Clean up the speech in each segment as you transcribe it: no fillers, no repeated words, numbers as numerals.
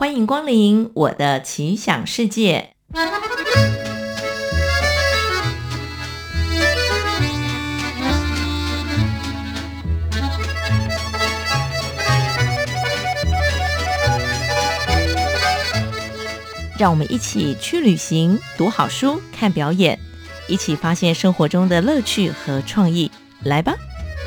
欢迎光临我的奇想世界。让我们一起去旅行，读好书，看表演，一起发现生活中的乐趣和创意。来吧！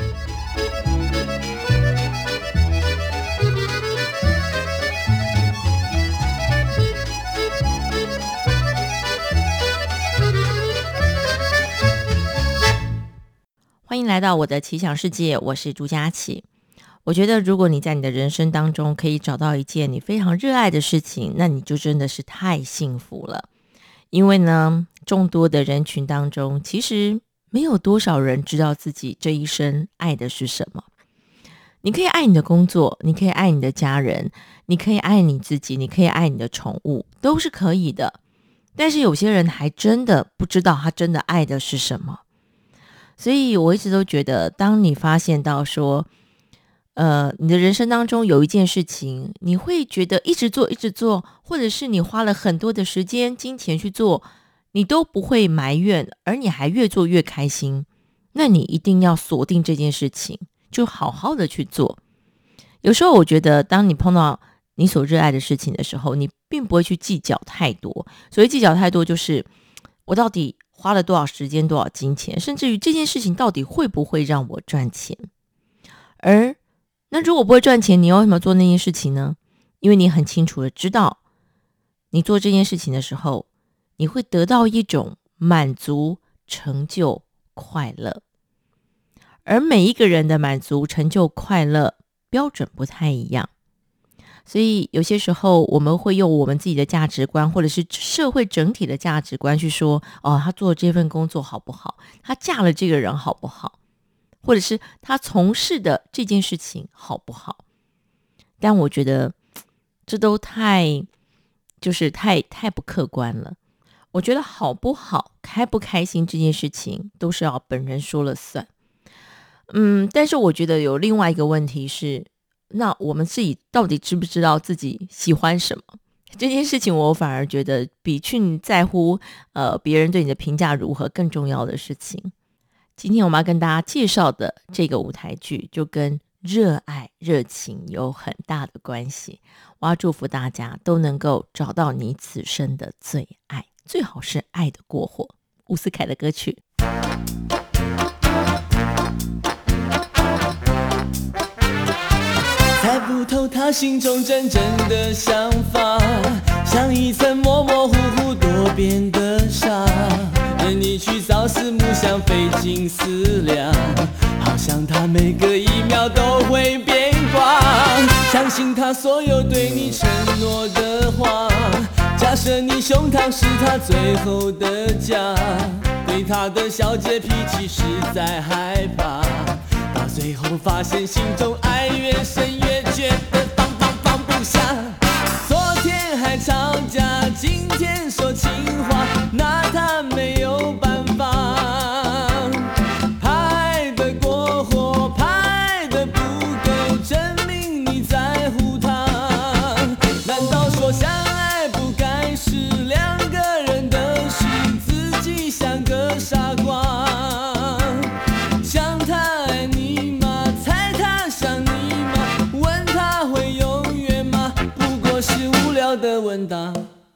欢迎来到我的奇想世界，我是朱佳琪。我觉得如果你在你的人生当中可以找到一件你非常热爱的事情，那你就真的是太幸福了。因为呢，众多的人群当中，其实没有多少人知道自己这一生爱的是什么。你可以爱你的工作，你可以爱你的家人，你可以爱你自己，你可以爱你的宠物，都是可以的。但是有些人还真的不知道他真的爱的是什么。所以我一直都觉得，当你发现到说你的人生当中有一件事情，你会觉得一直做，或者是你花了很多的时间金钱去做，你都不会埋怨，而你还越做越开心，那你一定要锁定这件事情，就好好的去做。有时候我觉得当你碰到你所热爱的事情的时候，你并不会去计较太多。所谓计较太多，就是我到底花了多少时间多少金钱，甚至于这件事情到底会不会让我赚钱。而那如果不会赚钱，你要为什么做那件事情呢？因为你很清楚的知道，你做这件事情的时候，你会得到一种满足、成就、快乐。而每一个人的满足、成就、快乐标准不太一样，所以有些时候我们会用我们自己的价值观，或者是社会整体的价值观去说，他做这份工作好不好，他嫁了这个人好不好，或者是他从事的这件事情好不好。但我觉得这都太不客观了。我觉得好不好，开不开心这件事情都是要本人说了算。但是我觉得有另外一个问题是，那我们自己到底知不知道自己喜欢什么？这件事情我反而觉得比去在乎别人对你的评价如何更重要的事情。今天我们要跟大家介绍的这个舞台剧就跟热爱热情有很大的关系。我要祝福大家都能够找到你此生的最爱，最好是爱的过火。伍思凯的歌曲。 猜不透他心中真正的想法，像一层模模糊糊多变的纱，任你去朝思暮想费尽思量，好像他每个一秒都会变卦。相信他所有对你承诺的话，假设你胸膛是他最后的家，对他的小姐脾气实在害怕，到最后发现心中爱越深越觉得放不下。昨天还吵架，今天说情话，拿他没有办法。拍得过火，拍得不够，证明你在乎他。难道说相爱不该是两个人的事，自己像个傻瓜？想他爱你吗？猜他想你吗？问他会永远吗？不过是无聊的问答。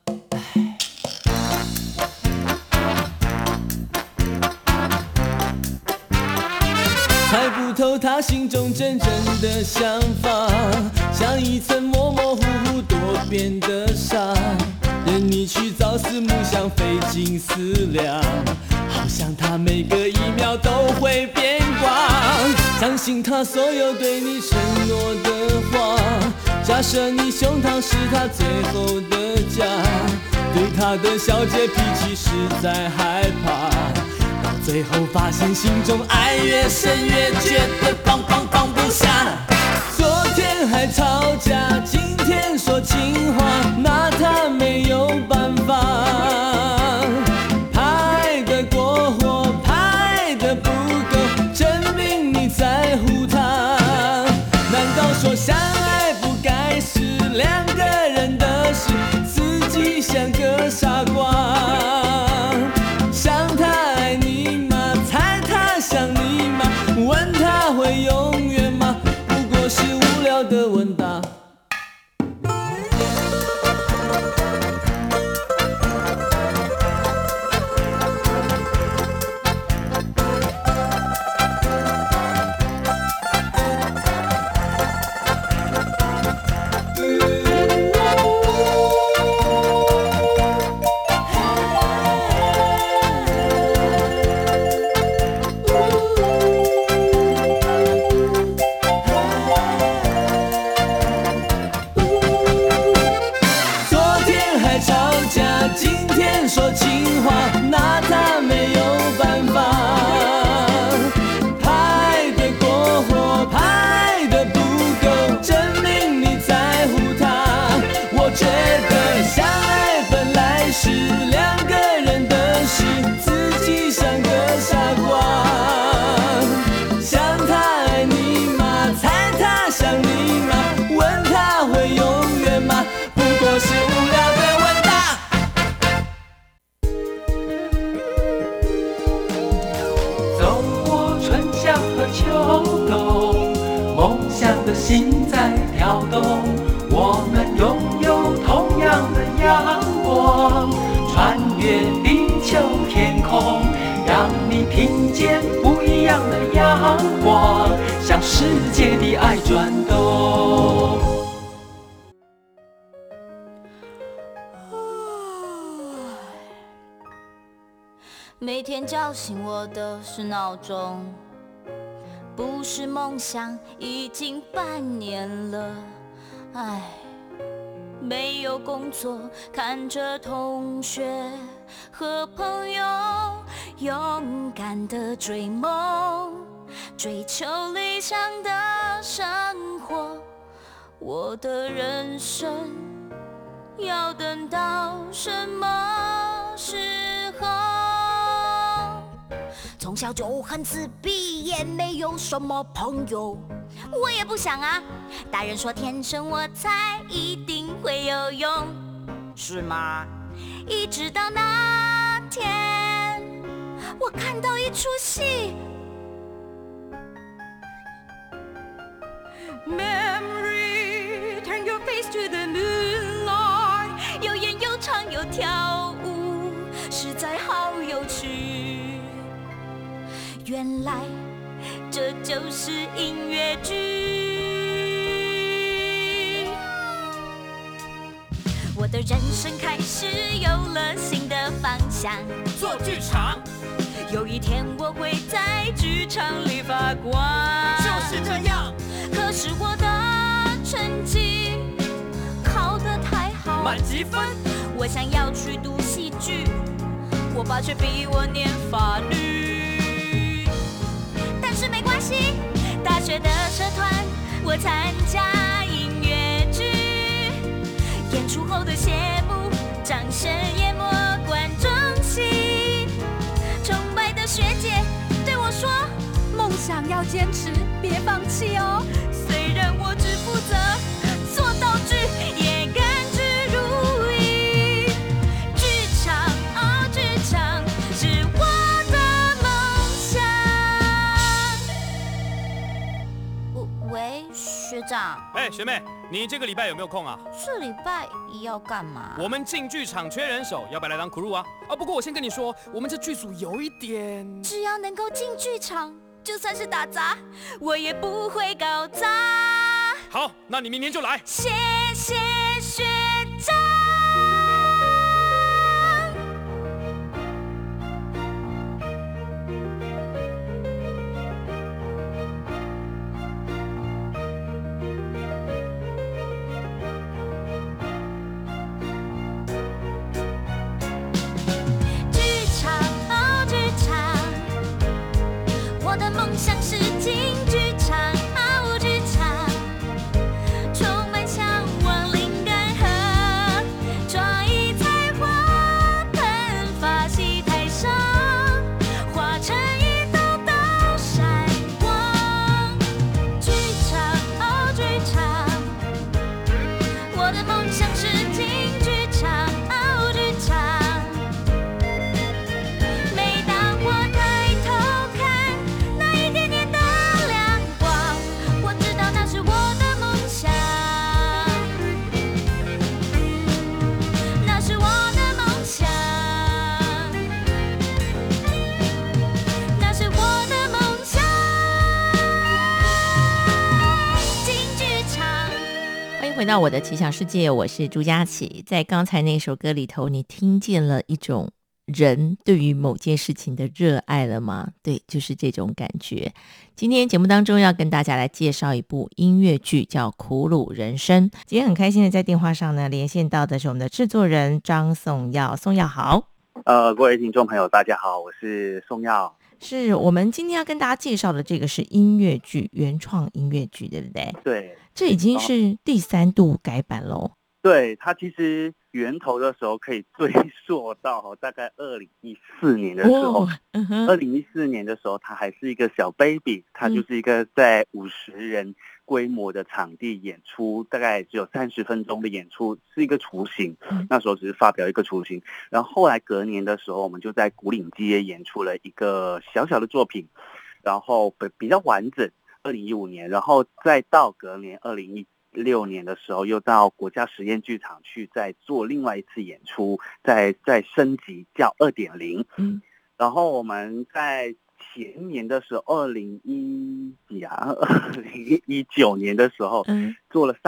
猜不透他心中真正的想法，像一层模模糊糊多变的纱，任你去朝思暮想费尽思量，好像他每个一秒都会变卦。相信他所有对你承诺的话，假设你胸膛是他最后的家，对他的小姐脾气实在害怕，到最后发现心中爱越深越觉得放不下。昨天还吵架，今天说情话，拿他没有办法。拍得过火，拍得不够，证明你在乎他。难道说相爱不该是两个人的的事，自己像个傻瓜。想他爱你吗？猜他想你吗？问他会永远吗？不过是无聊的问答。说情话，拿他没有办法。拍得过火，拍得不够，证明你在乎他。我觉得相爱本来是两个人的事，自己像个傻瓜。想他爱你吗？猜他想你吗？问他会永远吗？不过是无聊的问答。秋冬，梦想的心在跳动，我们拥有同样的阳光，穿越地球天空，让你听见不一样的阳光，向世界的爱转动。 每天叫醒我的是闹钟，不是梦想，已经半年了。唉，没有工作，看着同学和朋友勇敢地追梦，追求理想的生活。我的人生要等到什么时候？从小就很自闭，也没有什么朋友。我也不想啊，大人说天生我材一定会有用，是吗？一直到那天，我看到一出戏。Memory, turn your face to the moonlight， 有演有唱有跳舞，实在好有趣。原来这就是音乐剧，我的人生开始有了新的方向， 做剧场。 有一天我会在剧场里发光， 就是这样。 可是我的成绩考得太好， 满级分。 我想要去读戏剧，我爸却逼我念法律。但是没关系，大学的社团我参加音乐剧，演出后的谢幕，掌声淹没观众席。崇拜的学姐对我说，梦想要坚持，别放弃哦。虽然我只负责做道具，也甘之如饴。剧场哦，剧场是我的梦想。喂，学长。 学妹，你这个礼拜有没有空啊？ 这礼拜要干嘛？ 我们进剧场缺人手，要不要来当 crew 啊？不过我先跟你说，我们这剧组有一点…… 只要能够进剧场，就算是打杂，我也不会搞砸。 好，那你明天就来。 谢谢学长。我的梦想是进剧场，剧场充满向到我的奇想世界，我是朱佳琪。在刚才那首歌里头，你听见了一种人对于某件事情的热爱了吗？对，就是这种感觉。今天节目当中要跟大家来介绍一部音乐剧，叫《苦鲁人生》。今天很开心的在电话上呢连线到的是我们的制作人张颂耀，颂耀好。 各位听众朋友大家好，我是颂耀。 是我们今天要跟大家介绍的这个是音乐剧，原创音乐剧，对不对？ 对， 这已经是第3度改版咯。 对，它其实源头的时候可以追溯到大概2014年的时候。2014年的时候，它还是一个小 baby， 它就是一个在50人规模的场地演出，大概只有30分钟的演出，是一个雏形。那时候只是发表一个雏形，然后后来隔年的时候，我们就在古岭街演出了一个小小的作品，然后比较完整。2015年，然后再到隔年2016年的时候，又到国家实验剧场去再做另外一次演出，再升级叫2.0。然后我们在前年的时候，2019年的时候，做了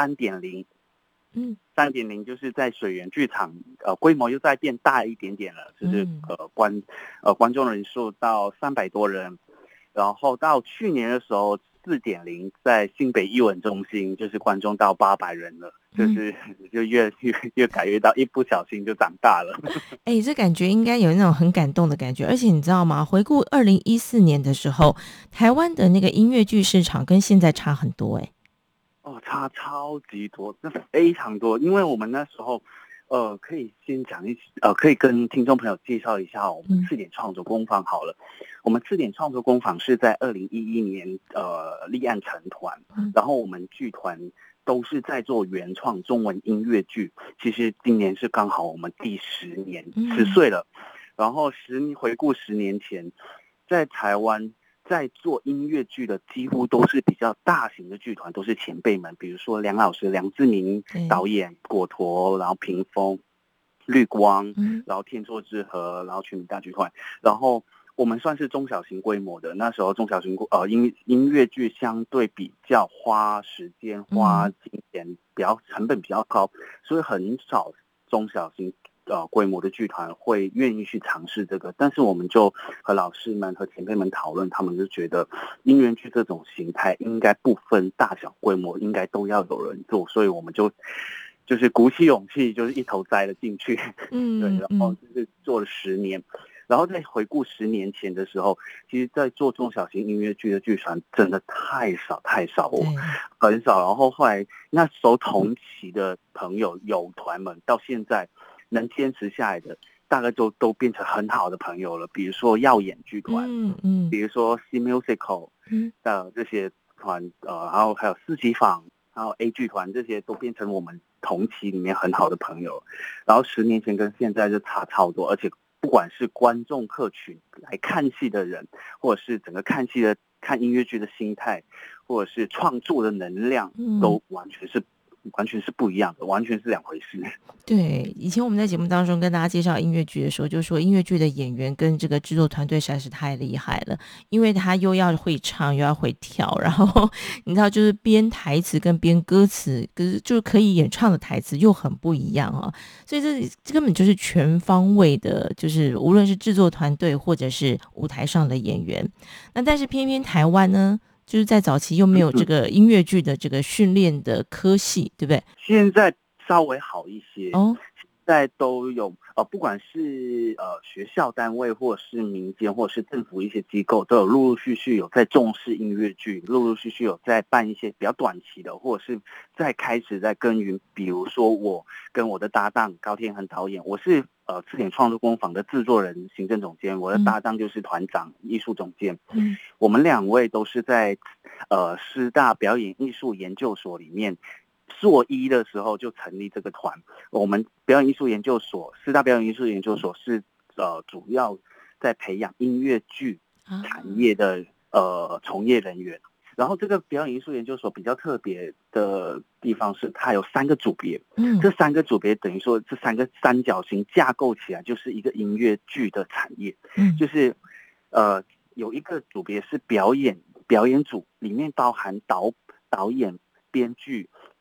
3.0。3.0就是在水源剧场，规模又再变大一点点了，就是观众人数到300多人。然后到去年的时候，4.0在新北艺文中心，就是观众到800人了，就越改越大，一不小心就长大了。 这感觉应该有那种很感动的感觉。而且你知道吗？回顾2014年的时候，台湾的那个音乐剧市场跟现在差很多。 差超级多，那非常多。因为我们那时候可以先讲可以跟听众朋友介绍一下我们次点创作工坊好了。我们次点创作工坊是在2011年立案成团，然后我们剧团都是在做原创中文音乐剧。其实今年是刚好我们第10年，10岁了。然后回顾10年前，在台湾在做音乐剧的几乎都是比较大型的剧团，都是前辈们，比如说梁老师梁志明导演、果陀，然后屏风、绿光，然后天作之合，然后全民大剧团。然后我们算是中小型规模的，那时候中小型音乐剧相对比较花时间花金钱，成本比较高，所以很少中小型规模的剧团会愿意去尝试这个。但是我们就和老师们和前辈们讨论，他们就觉得音乐剧这种形态应该不分大小规模，应该都要有人做，所以我们就是鼓起勇气，就是一头栽了进去。对，然后就是做了10年。然后再回顾10年前的时候，其实在做中小型音乐剧的剧团真的太少很少。然后后来那时候同期的朋友友团们到现在能坚持下来的，大概都变成很好的朋友了。比如说耀眼剧团，比如说 C Musical 的这些团，然后还有4级坊，还有 A 剧团，这些都变成我们同期里面很好的朋友。然后10年前跟现在就差超多，而且不管是观众客群来看戏的人，或者是整个看音乐剧的心态，或者是创作的能量，都完全是不一样的，完全是2回事。 对，以前我们在节目当中跟大家介绍音乐剧的时候，就说音乐剧的演员跟这个制作团队实在是太厉害了，因为他又要会唱又要会跳，然后你知道就是编台词跟编歌词，可是就可以演唱的台词又很不一样所以这根本就是全方位的，就是无论是制作团队或者是舞台上的演员。那但是偏偏台湾呢，就是在早期又没有这个音乐剧的这个训练的科系，对不对？ 现在稍微好一些现在都有不管是学校单位或者是民间或者是政府一些机构，都有陆陆续续有在重视音乐剧，陆陆续续有在办一些比较短期的，或者是在开始在耕耘。比如说我跟我的搭档高天恒导演，我是次点创作工坊的制作人、行政总监，我的搭档就是团长、艺术总监。我们2位都是在师大表演艺术研究所里面硕一的时候就成立这个团。我们表演艺术研究所，师大表演艺术研究所是主要在培养音乐剧产业的从业人员。然后这个表演艺术研究所比较特别的地方是它有3个组别，这3个组别等于说这3个三角形架构起来就是一个音乐剧的产业。就是有一个组别是表演组，里面包含导演、编剧、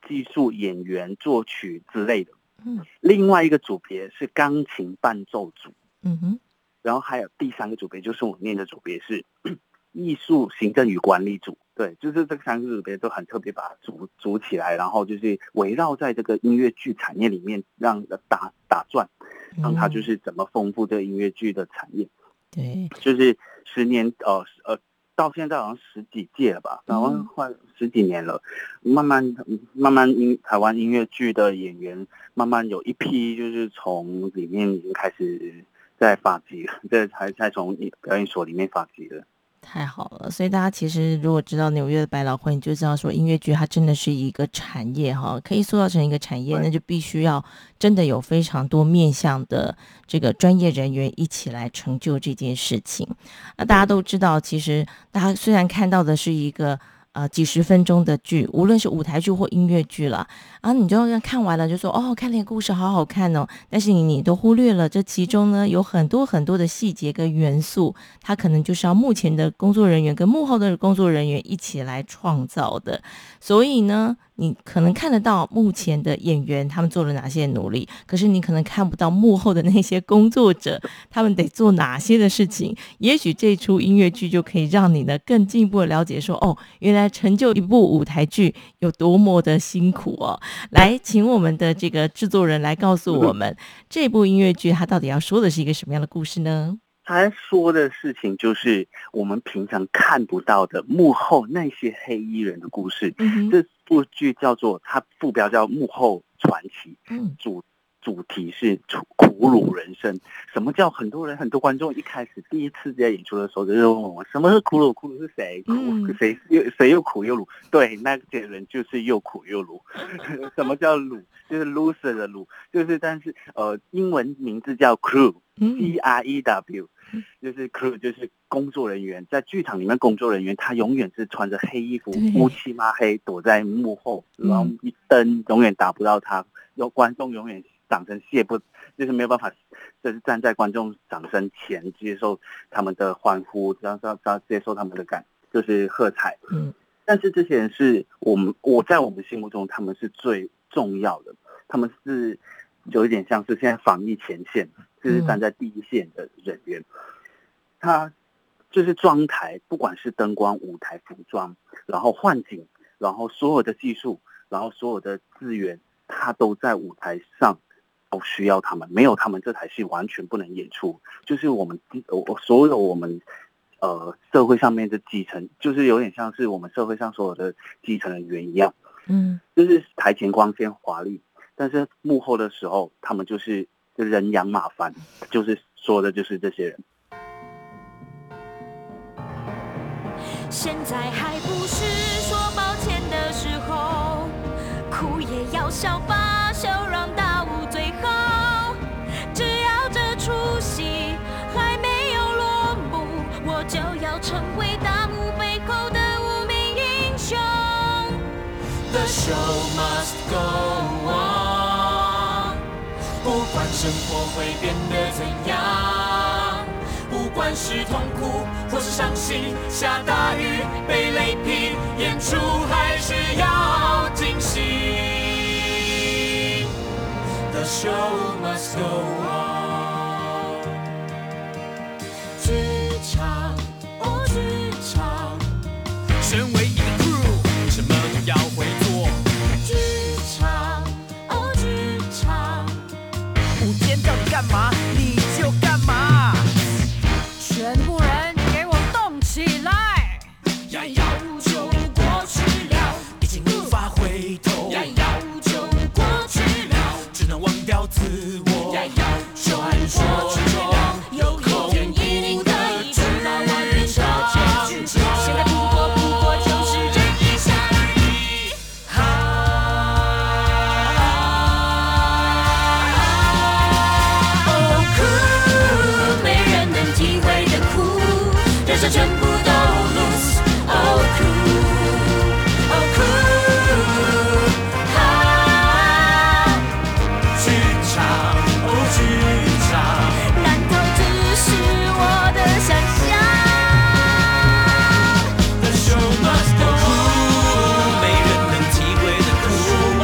技术、演员、作曲之类的。另外一个组别是钢琴伴奏组。然后还有第3个组别，就是我念的组别是艺术行政与管理组。对，就是这3个组别都很特别，把它组起来，然后就是围绕在这个音乐剧产业里面，让打转，让它就是怎么丰富这个音乐剧的产业。 对， 就是10年到现在好像10几届了吧，然后快10几年了，慢慢台湾音乐剧的演员慢慢有一批就是从里面已经开始在发迹了，这才从表演所里面发迹了。 太好了，所以大家其实如果知道纽约的百老汇，你就知道说音乐剧它真的是一个产业哈，可以塑造成一个产业，那就必须要真的有非常多面向的这个专业人员一起来成就这件事情。那大家都知道，其实大家虽然看到的是一个几十分钟的剧，无论是舞台剧或音乐剧了啊，你就看完了就说哦，看那个故事好好看哦，但是你都忽略了这其中呢有很多很多的细节跟元素，它可能就是要目前的工作人员跟幕后的工作人员一起来创造的。所以呢，你可能看得到目前的演员他们做了哪些努力，可是你可能看不到幕后的那些工作者他们得做哪些的事情。也许这出音乐剧就可以让你呢更进一步的了解说，哦，原来成就一部舞台剧有多么的辛苦哦。来，请我们的这个制作人来告诉我们，这部音乐剧它到底要说的是一个什么样的故事呢？ 他说的事情就是我们平常看不到的幕后那些黑衣人的故事。这部剧叫做，它副标叫《幕后传奇》，主题是苦鲁人生。什么叫很多观众一开始第一次在演出的时候就问我，什么是苦鲁？苦鲁是谁？谁又苦又鲁？对，那些人就是又苦又鲁。什么叫鲁？就是 loser 的鲁，就是但是英文名字叫 crew，crew，就是 crew 就是工作人员，在剧场里面工作人员，他永远是穿着黑衣服，乌漆嘛黑，躲在幕后，然后一灯永远打不到他，观众永远掌声就是没有办法，就是站在观众掌声前接受他们的欢呼，接受他们的就是喝彩。但是这些人是我在我们心目中他们是最重要的，他们是有一点像是现在防疫前线，就是站在第一线的人员。他就是装台，不管是灯光、舞台、服装，然后换景，然后所有的技术，然后所有的资源，他都在舞台上，都需要他们，没有他们这台戏完全不能演出。就是所有我们社会上面的基层，就是有点像是我们社会上所有的基层人员一样。就是台前光鲜华丽，但是幕后的时候，他们就是人仰马翻，就是说的就是这些人。 现在还不是说抱歉的时候，哭也要笑，把笑让大雾最好。只要这出戏还没有落幕，我就要成为大幕背后的无名英雄。 The show must go on， 不管生活会变得怎样，不管是痛苦或是伤心，下大雨被雷劈，演出还是要进行。The show must go on， 剧场，哦剧场， 身为一个 crew， 什么都要会做。 剧场，哦剧场， 舞间叫你干嘛你就干嘛， 全部人给我动起来！ 要就过去了，已经无法回头。要就过去了，只能忘掉自我。传说中有一天一定可以冲到万人车前去，现在不过就是这一下而已。哦苦，没人能体会的苦，人生全部都 lose。哦苦，哦苦，剧场，哦剧场， 难道只是我的想象？ The show must go on， 没人能体会的苦，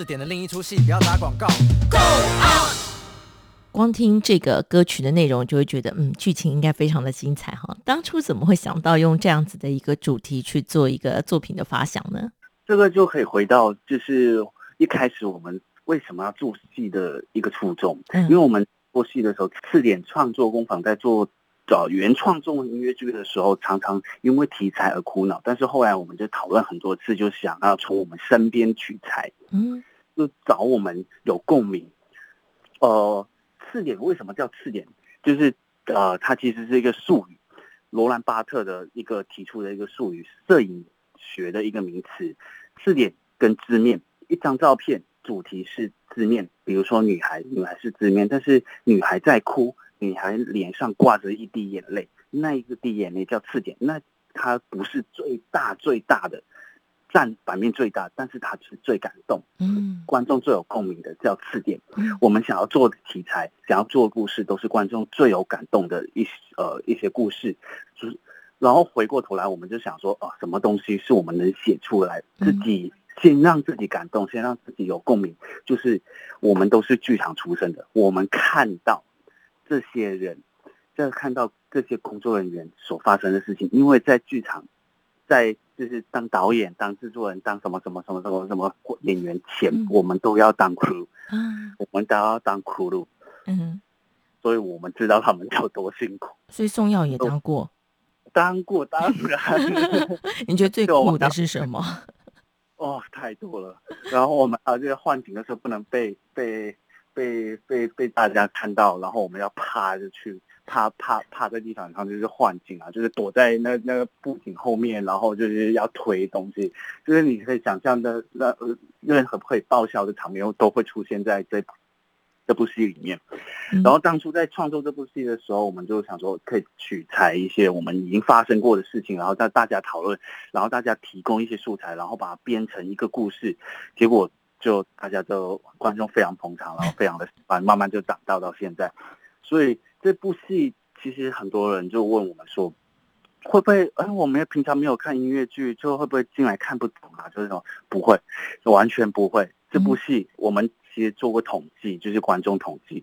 点的另一出戏，不要打广告。 光听这个歌曲的内容就会觉得剧情应该非常的精彩哈。当初怎么会想到用这样子的一个主题去做一个作品的发想呢？ 这个就可以回到就是一开始我们为什么要做戏的一个初衷，因为我们做戏的时候，次点创作工坊在做原创中文音乐剧的时候，常常因为题材而苦恼，但是后来我们就讨论很多次，就想要从我们身边取材，就找我们有共鸣。次点为什么叫次点？就是它其实是一个术语，罗兰巴特的一个提出的一个术语，摄影学的一个名词。次点跟字面，一张照片主题是字面，比如说女孩是字面，但是女孩在哭，女孩脸上挂着一滴眼泪，那一个滴眼泪叫次点，那它不是最大的占版面最大，但是它是最感动，观众最有共鸣的叫次点。我们想要做的题材，想要做的故事，都是观众最有感动的一些故事。然后回过头来，我们就想说，什么东西是我们能写出来，自己先让自己感动，先让自己有共鸣。就是我们都是剧场出身的，我们看到这些人，看到这些工作人员所发生的事情，因为在剧场。在就是当导演、当制作人、当什么演员前，我们都要当 crew， 我们都要当 crew， 所以我们知道他们有多辛苦。 所以宋耀也当过， 当然。 你觉得最苦的是什么？ 太多了。然后我们这个换景的时候不能被大家看到，然后我们要趴着去。趴在地板上就是换景啊，就是躲在那个布景后面，然后就是要推东西，就是你可以想象的任何可以爆笑的场面都会出现在这部戏里面。然后当初在创作这部戏的时候，我们就想说可以取材一些我们已经发生过的事情，然后在大家讨论，然后大家提供一些素材，然后把它编成一个故事。结果就大家都观众非常捧场，然后非常的喜欢，慢慢就长大到现在。所以这部戏其实很多人就问我们说，会不会我们平常没有看音乐剧，就会不会进来看不懂啊？就是说不会，完全不会。这部戏我们其实做过统计，就是观众统计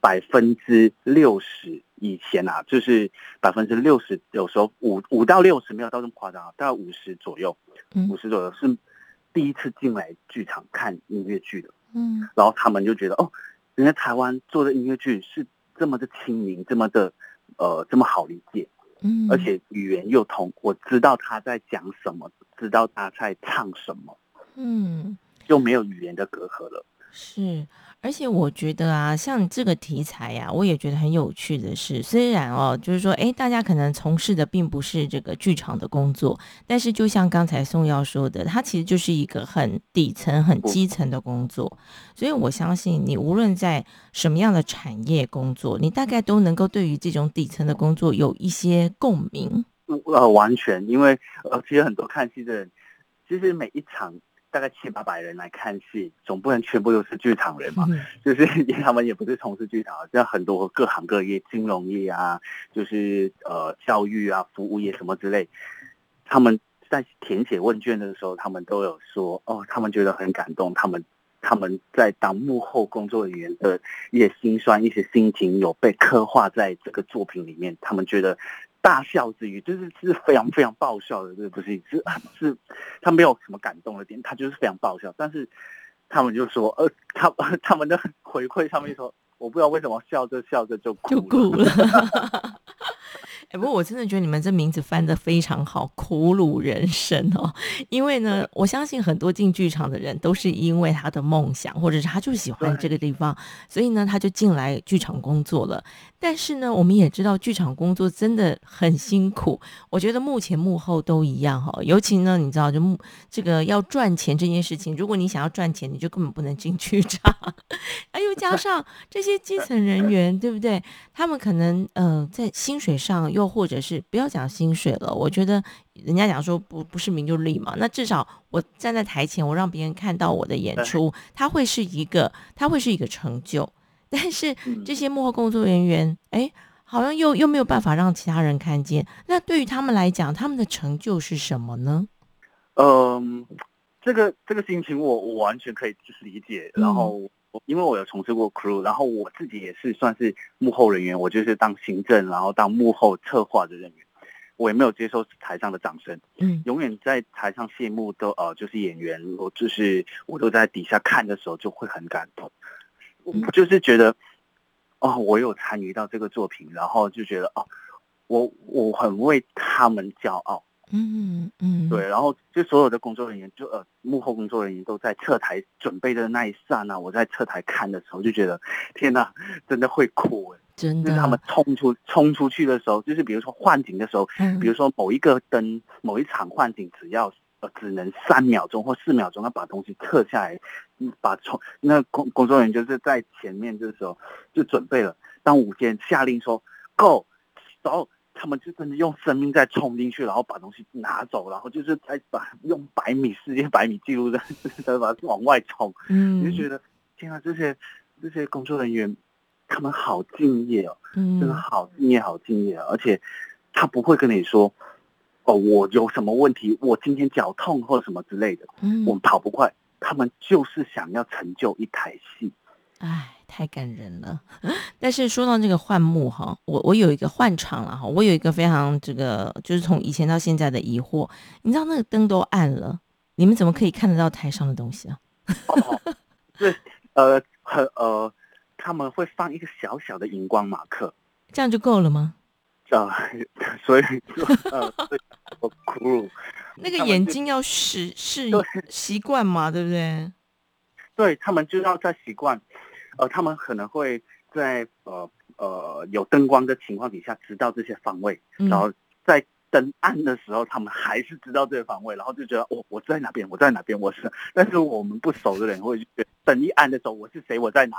，60%以前啊，就是60%，有时候5到60没有到这么夸张，大概50左右，50左右是第一次进来剧场看音乐剧的。然后他们就觉得原来台湾做的音乐剧是这么的亲民，这么好理解，而且语言又通，我知道他在讲什么，知道他在唱什么，就没有语言的隔阂了。 是，而且我觉得啊，像这个题材呀，我也觉得很有趣的是，虽然就是说，大家可能从事的并不是这个剧场的工作，但是就像刚才宋耀说的，它其实就是一个很底层、很基层的工作，所以我相信你无论在什么样的产业工作，你大概都能够对于这种底层的工作有一些共鸣。 完全，因为其实很多看戏的人，其实每一场。大概700-800人来看戏，总不能全部都是剧场人嘛，就是他们也不是从事剧场，像很多各行各业，金融业啊，就是教育啊，服务业什么之类，他们在填写问卷的时候，他们都有说他们觉得很感动，他们在当幕后工作人员的一些辛酸、一些心情有被刻画在这个作品里面，他们觉得。大笑之余，就是非常非常爆笑的，这部戏是他没有什么感动的点，他就是非常爆笑。但是他们就说，他们的回馈上面说，我不知道为什么笑着就哭了。 不过我真的觉得你们这名字翻得非常好，苦鲁人生因为呢，我相信很多进剧场的人都是因为他的梦想，或者是他就喜欢这个地方，所以呢他就进来剧场工作了。但是呢，我们也知道剧场工作真的很辛苦，我觉得幕前幕后都一样尤其呢，你知道，就这个要赚钱这件事情，如果你想要赚钱，你就根本不能进剧场，又加上这些基层人员，对不对？他们可能在薪水上，又或者是不要讲薪水了，我觉得人家讲说不是名就利嘛，那至少我站在台前，我让别人看到我的演出，它会是一个成就。但是这些幕后工作人员，好像又没有办法让其他人看见。那对于他们来讲，他们的成就是什么呢？ 这个心情我完全可以理解。然后因为我有从事过 crew， 然后我自己也是算是幕后人员，我就是当行政，然后当幕后策划的人员，我也没有接受台上的掌声，永远在台上谢幕都就是演员，我都在底下看的时候就会很感动，我就是觉得我有参与到这个作品，然后就觉得我很为他们骄傲。对，然后就所有的工作人员，就幕后工作人员都在侧台准备的那一刹那，我在侧台看的时候就觉得天哪，真的会哭哎， 真的。 就是他们冲出去的时候，就是比如说换景的时候，比如说某一个灯某一场换景只能3秒钟或4秒钟要把东西撤下来，那工作人员就是在前面的时候就准备了，当舞监下令说 go 走，他们就真的用生命在冲进去，然后把东西拿走，然后就是在用世界100米记录在把它往外冲。你就觉得天啊，这些工作人员他们好敬业哦，真的好敬业，而且他不会跟你说我有什么问题，我今天脚痛或什么之类的，我们跑不快，他们就是想要成就一台戏。 哎，太感人了。但是说到这个换幕哈，我有一个换场了哈，我有一个非常就是从以前到现在的疑惑，你知道那个灯都暗了，你们怎么可以看得到台上的东西啊？ 对，他们会放一个小小的荧光马克， 这样就够了吗？ 所以我哭。 那个眼睛要习惯嘛，对不对？ 对，他们就要在习惯，他们可能会在有灯光的情况底下知道这些方位，然后在灯暗的时候，他们还是知道这个方位，然后就觉得我在哪边，但是我们不熟的人会觉得灯一暗的时候，我是谁，我在哪？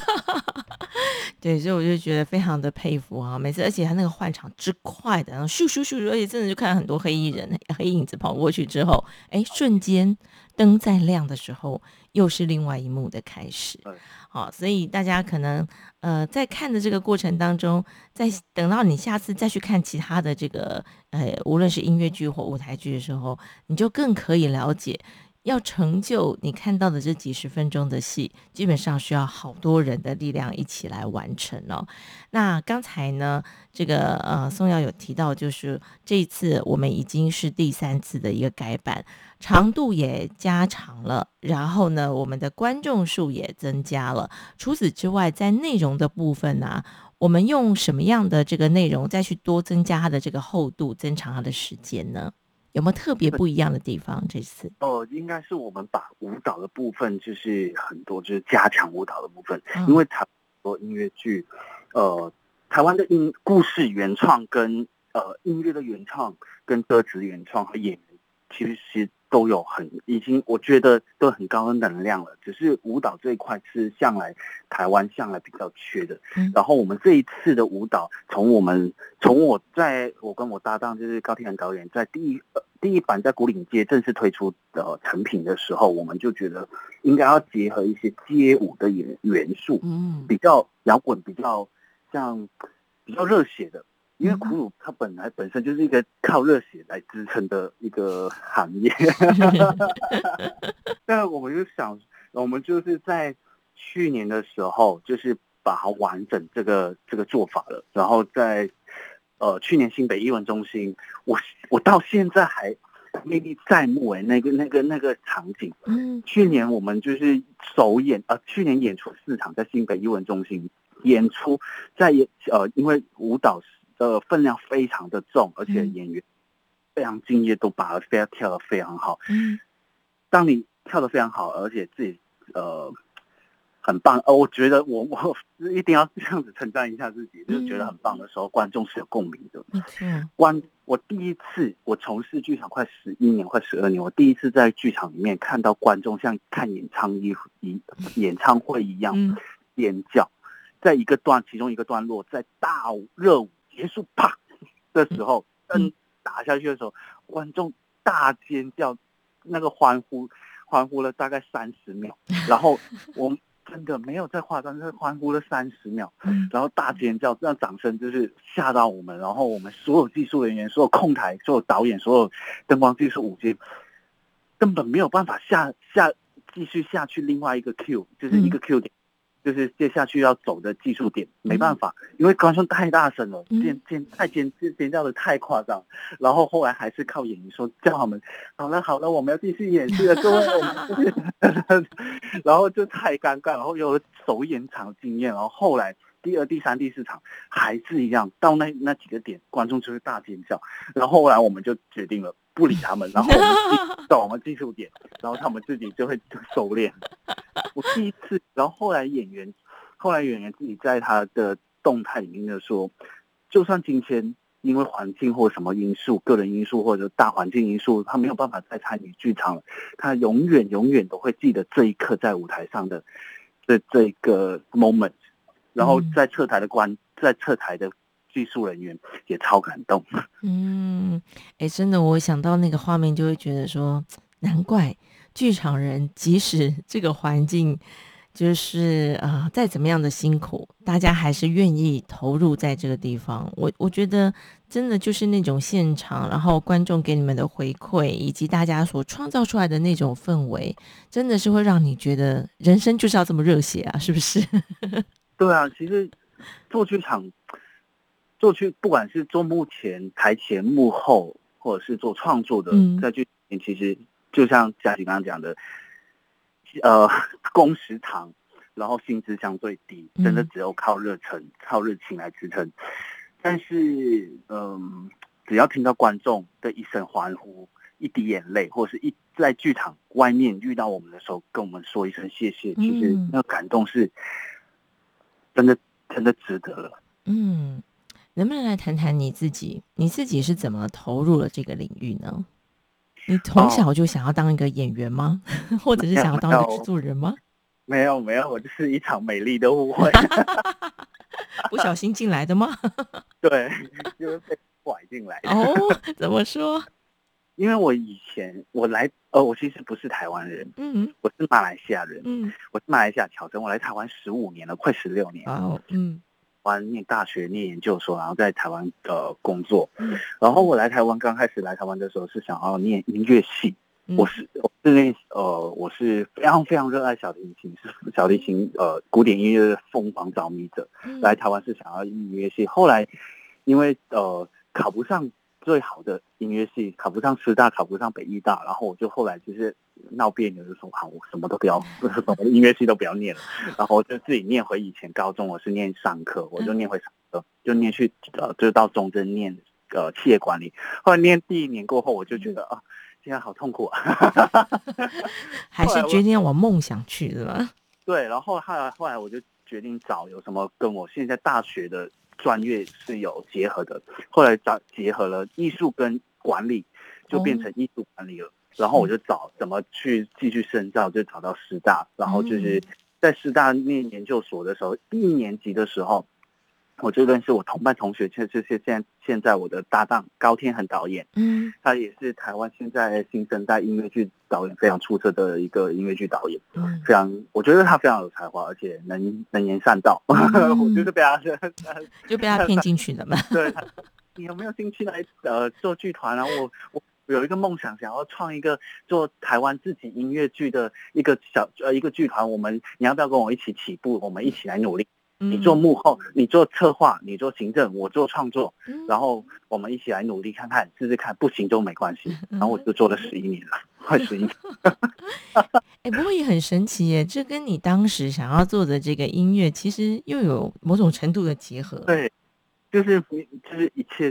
对，所以我就觉得非常的佩服啊！每次，而且他那个换场之快的，然后咻咻咻，而且真的就看到很多黑影子跑过去之后，瞬间灯再亮的时候，又是另外一幕的开始。好，所以大家可能在看的这个过程当中，在等到你下次再去看其他的这个无论是音乐剧或舞台剧的时候，你就更可以了解。要成就你看到的这几十分钟的戏，基本上需要好多人的力量一起来完成哦。那刚才呢，这个宋瑶有提到，就是这一次我们已经是第3次的一个改版，长度也加长了，然后呢，我们的观众数也增加了。除此之外，在内容的部分呢，我们用什么样的这个内容再去多增加它的这个厚度，增长它的时间呢？有没有特别不一样的地方？这次应该是我们把舞蹈的部分，就是很多就是加强舞蹈的部分，因为台湾音乐剧，台湾的故事原创跟音乐的原创跟歌词原创和演员其实都有我觉得都很高的能量了，只是舞蹈这一块是台湾向来比较缺的。然后我们这一次的舞蹈，从我跟我搭档就是高天然导演在第一版在牯岭街正式推出的成品的时候，我们就觉得应该要结合一些街舞的元素，比较摇滚，比较热血的。因为苦鲁它本身就是一个靠热血来支撑的一个行业，但我们就是在去年的时候，就是把它完整这个做法了，然后在去年新北艺文中心，我到现在还历历在目那个场景。去年我们就是去年演出4场在新北艺文中心演出，因为舞蹈分量非常的重，而且演员非常敬业，都把它跳得非常好。当你跳得非常好，而且自己很棒，我觉得我一定要这样子称赞一下自己，就是觉得很棒的时候，观众是有共鸣的。我第一次我从事剧场快11年，快12年，我第一次在剧场里面看到观众像看演唱会一样尖叫，在其中一个段落，在大热舞结束啪的时候，灯打下去的时候，观众大尖叫，那个欢呼了大概30秒，然后我们真的没有在夸张，是欢呼了30秒，然后大尖叫，这样掌声就是吓到我们，然后我们所有技术人员、所有控台、所有导演、所有灯光技术舞监根本没有办法继续下去另外一个 Q， 就是一个 Q 点。就是接下去要走的技术点，没办法，因为观众太大声了，尖叫的太夸张，然后后来还是靠演员说叫他们好了，我们要继续演戏了，各位，我们然后就太尴尬，然后有了首演场经验，然后后来第2、第3、第4场还是一样，到那几个点，观众就会大尖叫，然后后来我们就决定了不理他们，然后我们技术点，然后他们自己就会收敛。我第一次，然后后来演员自己在他的动态里面就说，就算今天因为环境或什么因素、个人因素或者大环境因素，他没有办法再参与剧场了，他永远都会记得这一刻在舞台上的这一个 moment， 然后在侧台的技术人员也超感动。 真的，我想到那个画面就会觉得说，难怪剧场人即使这个环境就是再怎么样的辛苦，大家还是愿意投入在这个地方。我觉得真的就是那种现场，然后观众给你们的回馈，以及大家所创造出来的那种氛围，真的是会让你觉得人生就是要这么热血啊，是不是？ 对啊，其实做剧场不管是做幕前、台前、幕后，或者是做创作的，在剧场其实就像嘉琪刚刚讲的，工时长，然后薪资相对低，真的只有靠热情来支撑。但是，只要听到观众的一声欢呼、一滴眼泪，或者是在剧场外面遇到我们的时候，跟我们说一声谢谢，其实那个感动是真的值得了。 能不能来谈谈你自己是怎么投入了这个领域呢？你从小就想要当一个演员吗？或者是想要当一个制作人吗？ 没有，我就是一场美丽的误会。 不小心进来的吗？ 对，就是被拐进来的。 怎么说？ 因为我以前我其实不是台湾人，我是马来西亚人，我是马来西亚侨生，我来台湾15年了，快16年。念大学、念研究所，然后在台湾工作。然后我来台湾，刚开始来台湾的时候是想要念音乐系。我是非常非常热爱小提琴古典音乐的疯狂着迷者。来台湾是想要音乐系，后来因为考不上最好的音乐系，考不上师大，考不上北艺大，然后我就后来就是闹别扭，就说好，我什么都不要，什么音乐系都不要念了，然后我就自己念回以前高中我是念商科，我就念回商科，就念去就到中正念企业管理。后来念第1年过后，我就觉得现在好痛苦啊， 还是决定要往梦想去的吗？ 对，然后后来我就决定找有什么跟我现在大学的专业是有结合的，后来结合了艺术跟管理，就变成艺术管理了。然后我就找怎么去继续深造，就找到师大，然后就是在师大念研究所的时候，1年级的时候，我就认识我同班同学，就是现在我的搭档高天恒导演，他也是台湾现在新生代音乐剧导演非常出色的一个音乐剧导演，我觉得他非常有才华，而且能言善道，我就是被他骗进去的嘛。 对，你有没有兴趣来做剧团啊？我有一个梦想，想要创一个做台湾自己音乐剧的一个剧团，你要不要跟我一起起步？我们一起来努力。你做幕后，你做策划，你做行政，我做创作，然后我们一起来努力看看，试试看，不行都没关系。然后我就做了11年了，快11年。 不过也很神奇耶，这跟你当时想要做的这个音乐，其实又有某种程度的结合。 对，就是一切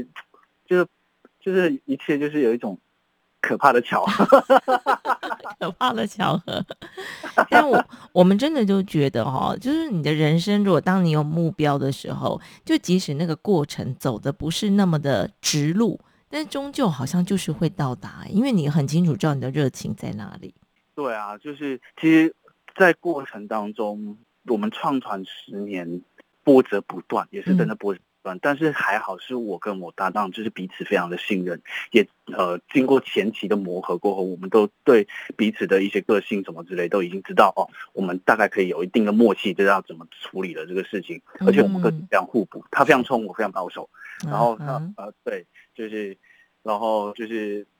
就是一切就是有一种可怕的巧合。 可怕的巧合。但我们真的就觉得就是你的人生，如果当你有目标的时候，就即使那个过程走的不是那么的直路，但终究好像就是会到达，因为你很清楚知道你的热情在哪里。 对啊，就是其实在过程当中，我们创团10年，波折不断，也是真的波折不断，但是还好是我跟我搭档就是彼此非常的信任，也经过前期的磨合过后，我们都对彼此的一些个性什么之类都已经知道我们大概可以有一定的默契，知道怎么处理了这个事情，而且我们个性非常互补，他非常冲，我非常保守，然后对，就是然后就是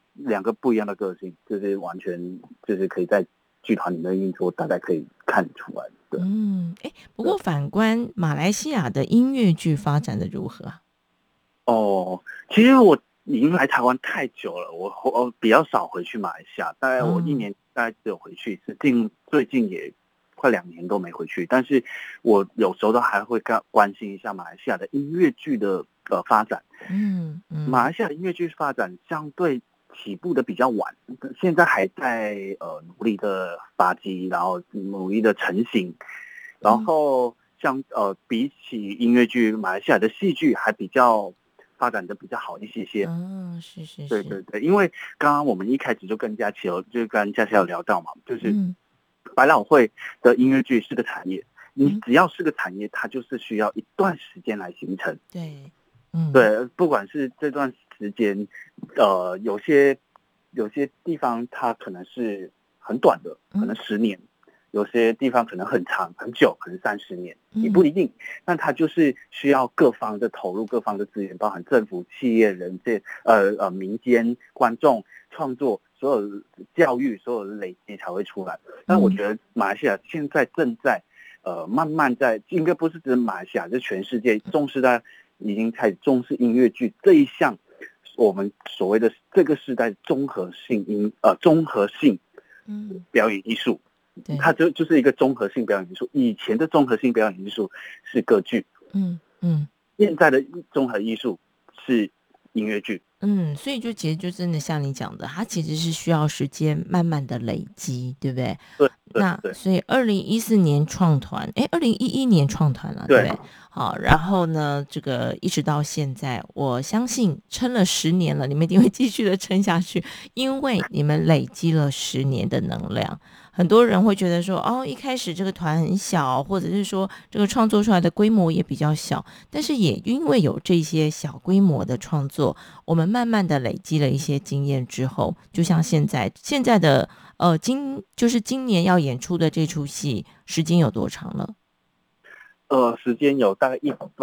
两个不一样的个性，就是完全就是可以在剧团里面运作，大概可以看出来。对， 不过反观马来西亚的音乐剧发展的如何啊？ 其实我已经来台湾太久了，我比较少回去马来西亚，大概我一年大概只有回去一次，最近也快2年都没回去，但是我有时候都还会关心一下马来西亚的音乐剧的发展。马来西亚的音乐剧发展相对起步的比较晚，现在还在努力的发迹，然后努力的成型，然后像比起音乐剧，马来西亚的戏剧还比较发展的比较好一些些。 是， 对对对，因为刚刚我们一开始就跟佳琪有聊到嘛，就是百老汇的音乐剧是个产业，你只要是个产业，它就是需要一段时间来形成。 对， 对，不管是这段时间，有些地方它可能是很短的，可能10年。有些地方可能很长很久，可能30年，也不一定。但它就是需要各方的投入，各方的资源，包含政府、企业、民间、观众、创作，所有教育，所有的累积才会出来。但我觉得马来西亚现在正在慢慢在，应该不是指马来西亚，是全世界已经开始重视音乐剧这一项，我们所谓的这个时代综合性表演艺术。它就是一个综合性表演艺术。以前的综合性表演艺术是歌剧，现在的综合艺术是音乐剧。 所以其实就真的像你讲的，它其实是需要时间慢慢的累积，对不对？ 对。 那所以2014年创团，2011年创团了，对不对？好，然后呢，这个一直到现在，我相信撑了10年了，你们一定会继续的撑下去，因为你们累积了10年的能量。很多人会觉得说，一开始这个团很小，或者是说这个创作出来的规模也比较小，但是也因为有这些小规模的创作，我们慢慢的累积了一些经验之后，就像现在的就是今年要演出的这出戏，时间有多长了？ 时间有大概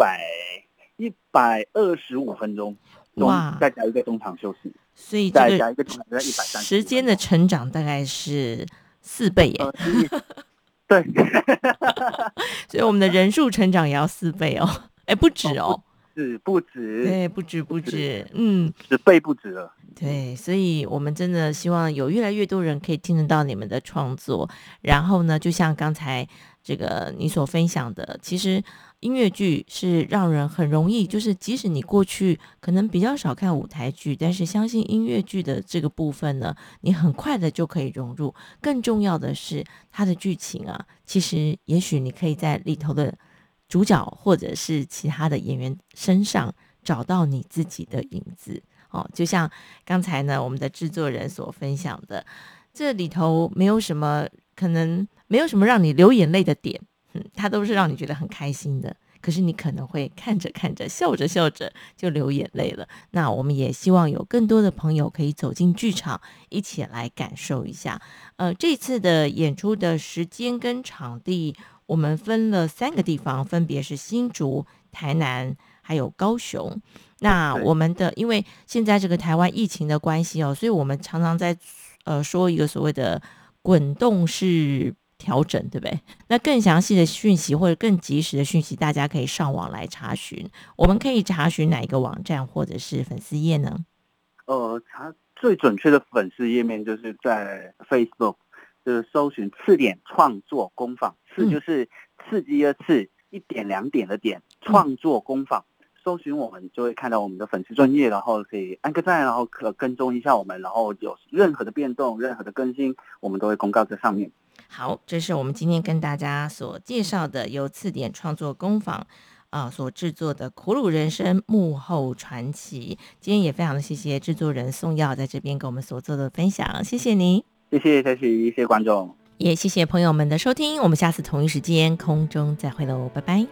125分钟，哇，再加一个中场休息， 所以这个再加一个中场在130 时间的成长大概是4倍耶。 对， 所以我们的人数成长也要4倍哦，不止哦。 不止， 对，不止 ，10倍不止了。 对，所以我们真的希望有越来越多人可以听得到你们的创作。然后呢，就像刚才这个你所分享的，其实音乐剧是让人很容易，就是即使你过去可能比较少看舞台剧，但是相信音乐剧的这个部分呢，你很快的就可以融入。更重要的是它的剧情啊，其实也许你可以在里头的主角或者是其他的演员身上找到你自己的影子。就像刚才呢我们的制作人所分享的，这里头可能没有什么让你流眼泪的点，它都是让你觉得很开心的，可是你可能会看着看着笑着笑着就流眼泪了。那我们也希望有更多的朋友可以走进剧场，一起来感受一下这次的演出的时间跟场地，我们分了3个地方，分别是新竹、台南还有高雄。那我们的因为现在这个台湾疫情的关系所以我们常常在说一个所谓的滚动式调整，对不对？那更详细的讯息或者更及时的讯息，大家可以上网来查询。我们可以查询哪一个网站或者是粉丝页呢？ 查最准确的粉丝页面就是在 Facebook， 就是搜寻刺点创作工坊，刺就是刺激的刺，1点2点的点，创作工坊。搜寻我们就会看到我们的粉丝专页，然后可以按个赞，然后跟踪一下我们，然后有任何的变动、任何的更新，我们都会公告在上面。 好，这是我们今天跟大家所介绍的由刺点创作工坊所制作的《苦鲁人生幕后传奇》。今天也非常的谢谢制作人宋耀在这边跟我们所做的分享，谢谢你。 谢谢谢谢观众， 也谢谢朋友们的收听，我们下次同一时间空中再会喽，拜拜。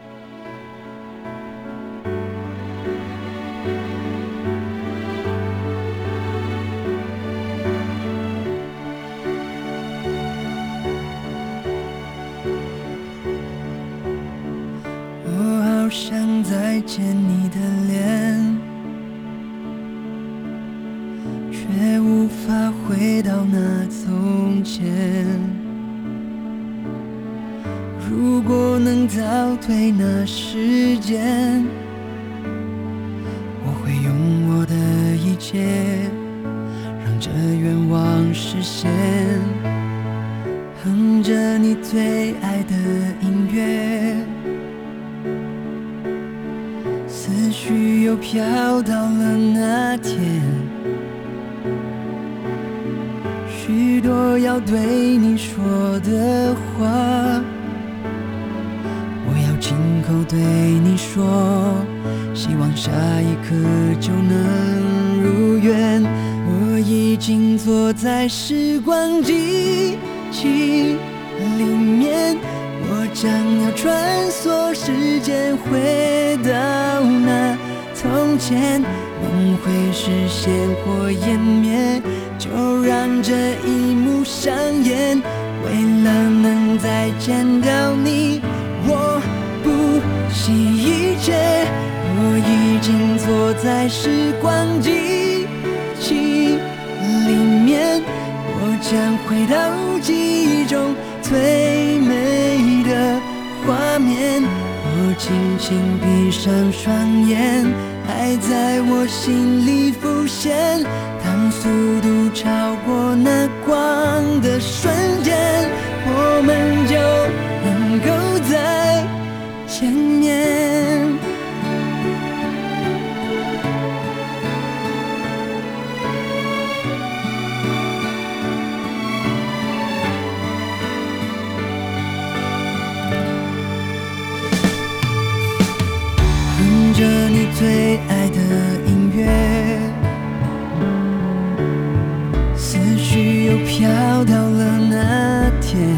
好想再见你的脸，却法回到那从前。如果能倒退那时间，我会用我的一切让这愿望实现，哼着你最爱的音乐，思绪又飘到了那天，许多要对你说的话，我要亲口对你说，希望下一刻就能如愿。我已经坐在时光机器里面，我将要穿梭时间回到那从前，梦会实现或湮灭，就让这一幕上演。为了能再见到你，我不惜一切。我已经坐在时光机器里面，我将回到记忆中最美的画面。我轻轻闭上双眼，爱在我心里浮现。当速度超过那光的瞬间，我们就能够再见面。哼着你最爱的音乐，思绪又飘到了那天，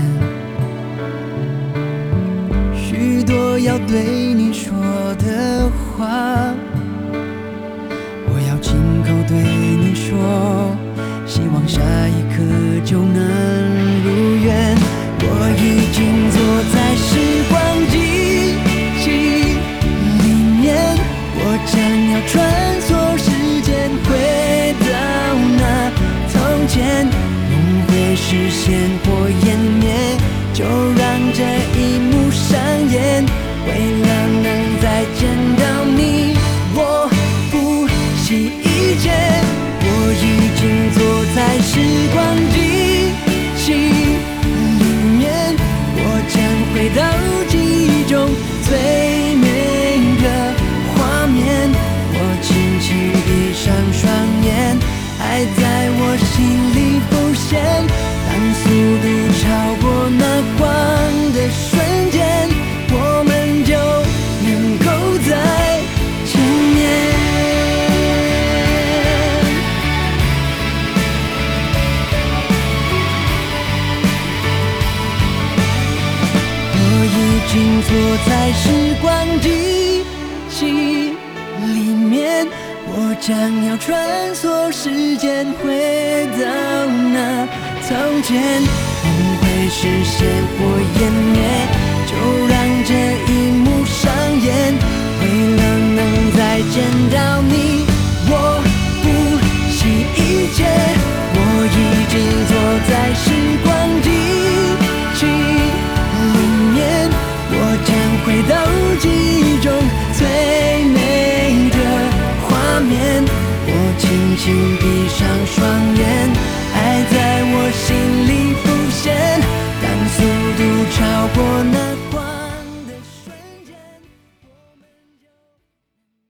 许多要对你说的话，我要亲口对你说，希望下一刻就能如愿。我已经坐在时光机器里面，我将要穿梭时间回到那从前，梦会实现或湮灭，就让这一幕上演。为了能再见到你，我不惜一切。我已经坐在时光机器里面，我将回到记忆中最美的画面。我轻轻闭上双眼，爱在我心里浮现。当速度超过那光的瞬间，我们就能够再见面。我已经坐在时光机器里面，我将要穿梭时间回到那从前，梦会实现或湮灭，就让这一幕上演。为了能再见到你，我不惜一切。我已经坐在时光机器里面，我将回到记忆中最美的画面。我轻轻闭上双眼，爱在我心里浮现。当速度超过那